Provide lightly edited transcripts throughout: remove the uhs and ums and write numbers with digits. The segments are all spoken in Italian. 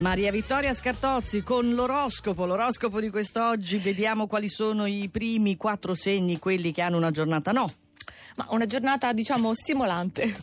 Maria Vittoria Scartozzi con l'oroscopo di quest'oggi. Vediamo quali sono i primi 4 segni, quelli che hanno una giornata Ma una giornata, diciamo, stimolante.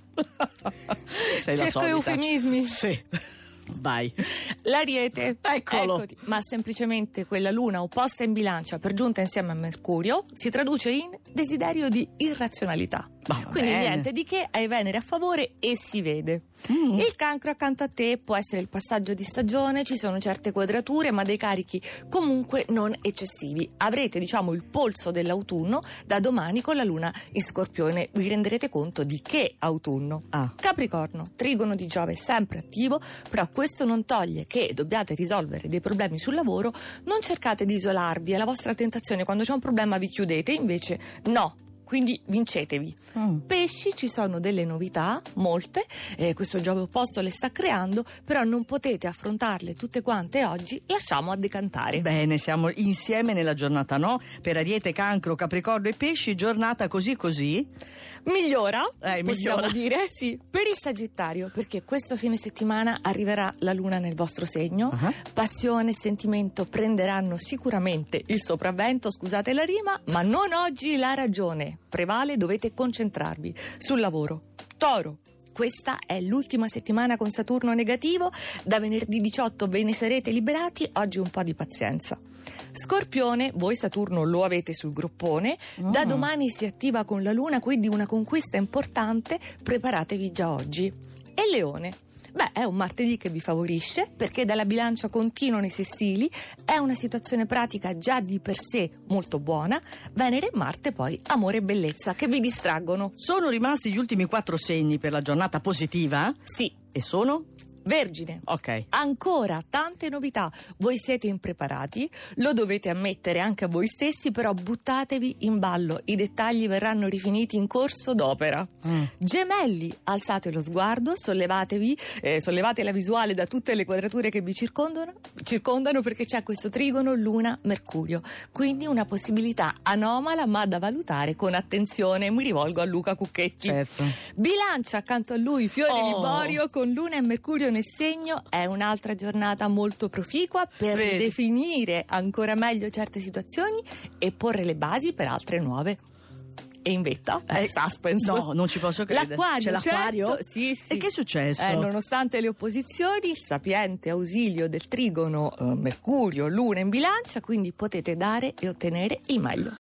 Sei la Cerco solita. eufemismi. Sì. Vai. L'Ariete, Eccolo. eccoti. Ma semplicemente quella luna opposta in bilancia, per giunta insieme a Mercurio, si traduce in desiderio di irrazionalità. Quindi bene. niente di che, hai Venere a favore e si vede. Il Cancro accanto a te può essere il passaggio di stagione, ci sono certe quadrature ma dei carichi comunque non eccessivi. Avrete, diciamo, il polso dell'autunno da domani con la luna in Scorpione. Vi renderete conto di che autunno. Capricorno, trigono di Giove sempre attivo, però questo non toglie che dobbiate risolvere dei problemi sul lavoro. Non cercate di isolarvi, è la vostra tentazione, quando c'è un problema vi chiudete, invece no. Quindi vincetevi. Pesci, ci sono delle novità, molte, questo Giove opposto le sta creando, però non potete affrontarle tutte quante oggi, lasciamo a decantare. Bene, siamo insieme nella giornata per Ariete, Cancro, Capricorno e Pesci, giornata così. Migliora, possiamo migliora. dire, sì, per il Sagittario, perché questo fine settimana arriverà la luna nel vostro segno. Passione e sentimento prenderanno sicuramente il sopravvento, scusate la rima, ma non oggi la ragione prevale, dovete concentrarvi sul lavoro. Toro, questa è l'ultima settimana con Saturno negativo, da venerdì 18 ve ne sarete liberati, oggi un po' di pazienza. Scorpione, voi Saturno lo avete sul groppone, da domani si attiva con la Luna, quindi una conquista importante, preparatevi già oggi. E Leone, è un martedì che vi favorisce perché dalla bilancia continuano i sestili, è una situazione pratica già di per sé molto buona. Venere e Marte poi amore e bellezza che vi distraggono. Sono rimasti gli ultimi 4 segni per la giornata positiva? Sì. E sono? Vergine. Ok. Ancora tante novità, voi siete impreparati, lo dovete ammettere anche a voi stessi, però buttatevi in ballo, i dettagli verranno rifiniti in corso d'opera. Gemelli, alzate lo sguardo, sollevatevi, sollevate la visuale da tutte le quadrature che vi circondano perché c'è questo trigono Luna-Mercurio, quindi una possibilità anomala ma da valutare con attenzione. Mi rivolgo a Luca Cucchetti. Certo. Bilancia, accanto a lui Fiore Liborio con Luna e Mercurio nel segno, è un'altra giornata molto proficua per definire ancora meglio certe situazioni e porre le basi per altre nuove. E in vetta, suspense. No, non ci posso credere. L'acquario, c'è l'acquario? Certo, sì. E che è successo? Nonostante le opposizioni, sapiente ausilio del trigono Mercurio, Luna in bilancia, quindi potete dare e ottenere il meglio.